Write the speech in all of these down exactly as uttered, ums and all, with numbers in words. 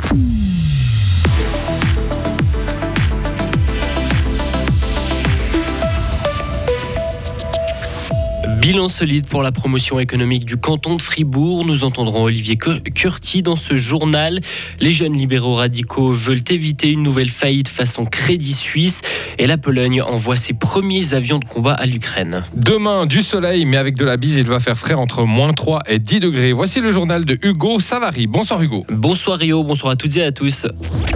Bilan solide pour la promotion économique du canton de Fribourg. Nous entendrons Olivier Curti dans ce journal. Les jeunes libéraux radicaux veulent éviter une nouvelle faillite façon Crédit Suisse. Et la Pologne envoie ses premiers avions de combat à l'Ukraine. Demain, du soleil, mais avec de la bise, il va faire frais entre moins trois et dix degrés. Voici le journal de Hugo Savary. Bonsoir Hugo. Bonsoir Rio, bonsoir à toutes et à tous.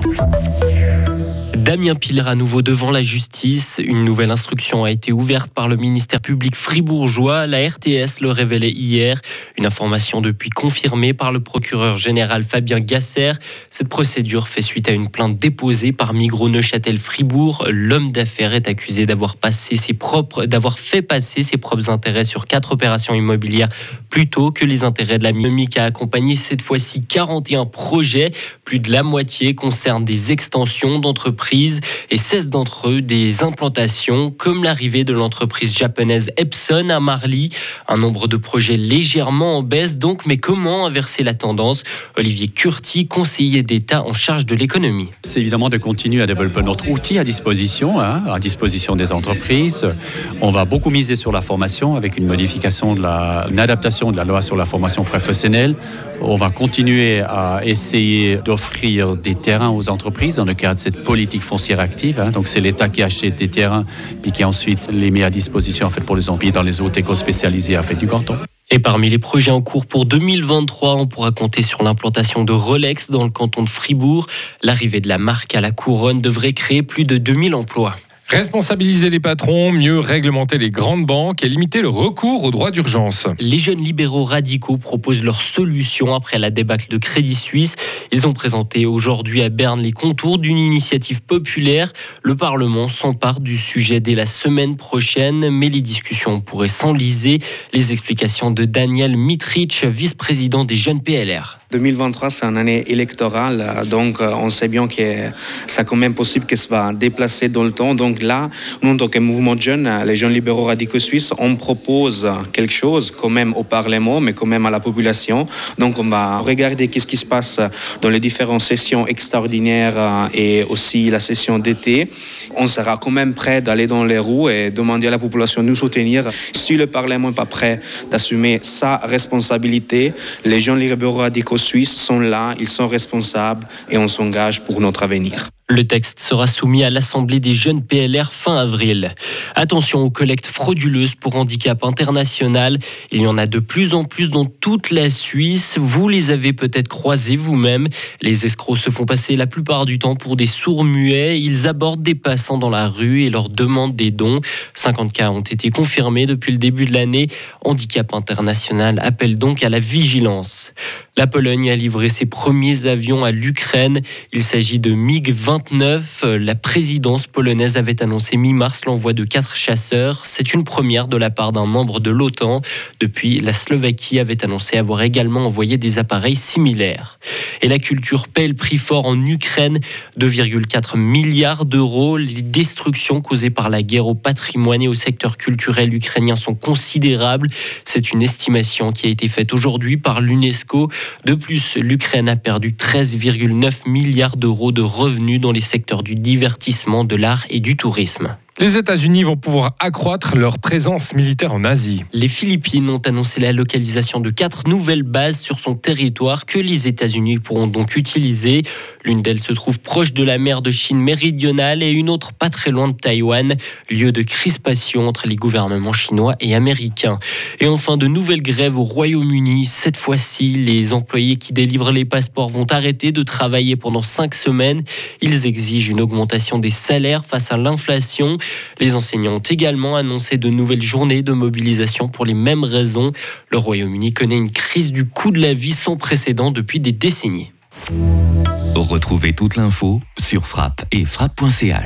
Damien Piler à nouveau devant la justice. Une nouvelle instruction a été ouverte par le ministère public fribourgeois. La R T S le révélait hier. Une information depuis confirmée par le procureur général Fabien Gasser. Cette procédure fait suite à une plainte déposée par Migros Neuchâtel Fribourg. L'homme d'affaires est accusé d'avoir passé ses propres, d'avoir fait passer ses propres intérêts sur quatre opérations immobilières plutôt que les intérêts de la M I C a accompagné cette fois-ci quarante et un projets. Plus de la moitié concernent des extensions d'entreprises et seize d'entre eux des implantations, comme l'arrivée de l'entreprise japonaise Epson à Marly. Un nombre de projets légèrement en baisse donc, mais comment inverser la tendance ? Olivier Curti, conseiller d'État en charge de l'économie. C'est évidemment de continuer à développer notre outil à disposition, hein, à disposition des entreprises. On va beaucoup miser sur la formation avec une modification, de la, une adaptation de la loi sur la formation professionnelle. On va continuer à essayer d'offrir des terrains aux entreprises dans le cadre de cette politique foncière active. Hein. Donc c'est l'État qui achète des terrains puis qui ensuite les met à disposition en fait, pour les entreprises dans les autres écoles spécialisées en fait, du canton. Et parmi les projets en cours pour deux mille vingt-trois, on pourra compter sur l'implantation de Rolex dans le canton de Fribourg. L'arrivée de la marque à la couronne devrait créer plus de deux mille emplois. Responsabiliser les patrons, mieux réglementer les grandes banques et limiter le recours aux droits d'urgence. Les jeunes libéraux radicaux proposent leur solution après la débâcle de Crédit Suisse. Ils ont présenté aujourd'hui à Berne les contours d'une initiative populaire. Le Parlement s'empare du sujet dès la semaine prochaine, mais les discussions pourraient s'enliser. Les explications de Daniel Mitrich, vice-président des jeunes P L R. deux mille vingt-trois, c'est une année électorale, donc on sait bien que c'est quand même possible que ça va déplacer dans le temps. Donc là, nous, en tant que mouvement de jeunes, les jeunes libéraux radicaux suisses, on propose quelque chose quand même au Parlement, mais quand même à la population. Donc on va regarder qu'est-ce qui se passe dans les différentes sessions extraordinaires et aussi la session d'été. On sera quand même prêt d'aller dans les roues et demander à la population de nous soutenir. Si le Parlement n'est pas prêt d'assumer sa responsabilité, les jeunes libéraux radicaux suisses sont là, ils sont responsables et on s'engage pour notre avenir. Le texte sera soumis à l'Assemblée des jeunes P L R fin avril. Attention aux collectes frauduleuses pour handicap international. Il y en a de plus en plus dans toute la Suisse. Vous les avez peut-être croisés vous-même. Les escrocs se font passer la plupart du temps pour des sourds-muets. Ils abordent des passants dans la rue et leur demandent des dons. cinquante cas ont été confirmés depuis le début de l'année. Handicap international appelle donc à la vigilance. La Pologne a livré ses premiers avions à l'Ukraine. Il s'agit de MiG vingt-neuf. La présidence polonaise avait annoncé mi-mars l'envoi de quatre chasseurs. C'est une première de la part d'un membre de l'OTAN. Depuis, la Slovaquie avait annoncé avoir également envoyé des appareils similaires. Et la culture paie le prix fort en Ukraine, deux virgule quatre milliards d'euros. Les destructions causées par la guerre au patrimoine et au secteur culturel ukrainien sont considérables. C'est une estimation qui a été faite aujourd'hui par l'UNESCO. De plus, l'Ukraine a perdu treize virgule neuf milliards d'euros de revenus dans les secteurs du divertissement, de l'art et du tourisme. Les États-Unis vont pouvoir accroître leur présence militaire en Asie. Les Philippines ont annoncé la localisation de quatre nouvelles bases sur son territoire que les États-Unis pourront donc utiliser. L'une d'elles se trouve proche de la mer de Chine méridionale et une autre pas très loin de Taïwan, lieu de crispation entre les gouvernements chinois et américains. Et enfin, de nouvelles grèves au Royaume-Uni. Cette fois-ci, les employés qui délivrent les passeports vont arrêter de travailler pendant cinq semaines. Ils exigent une augmentation des salaires face à l'inflation. Les enseignants ont également annoncé de nouvelles journées de mobilisation pour les mêmes raisons. Le Royaume-Uni connaît une crise du coût de la vie sans précédent depuis des décennies. Retrouvez toute l'info sur frappe et frappe point c h.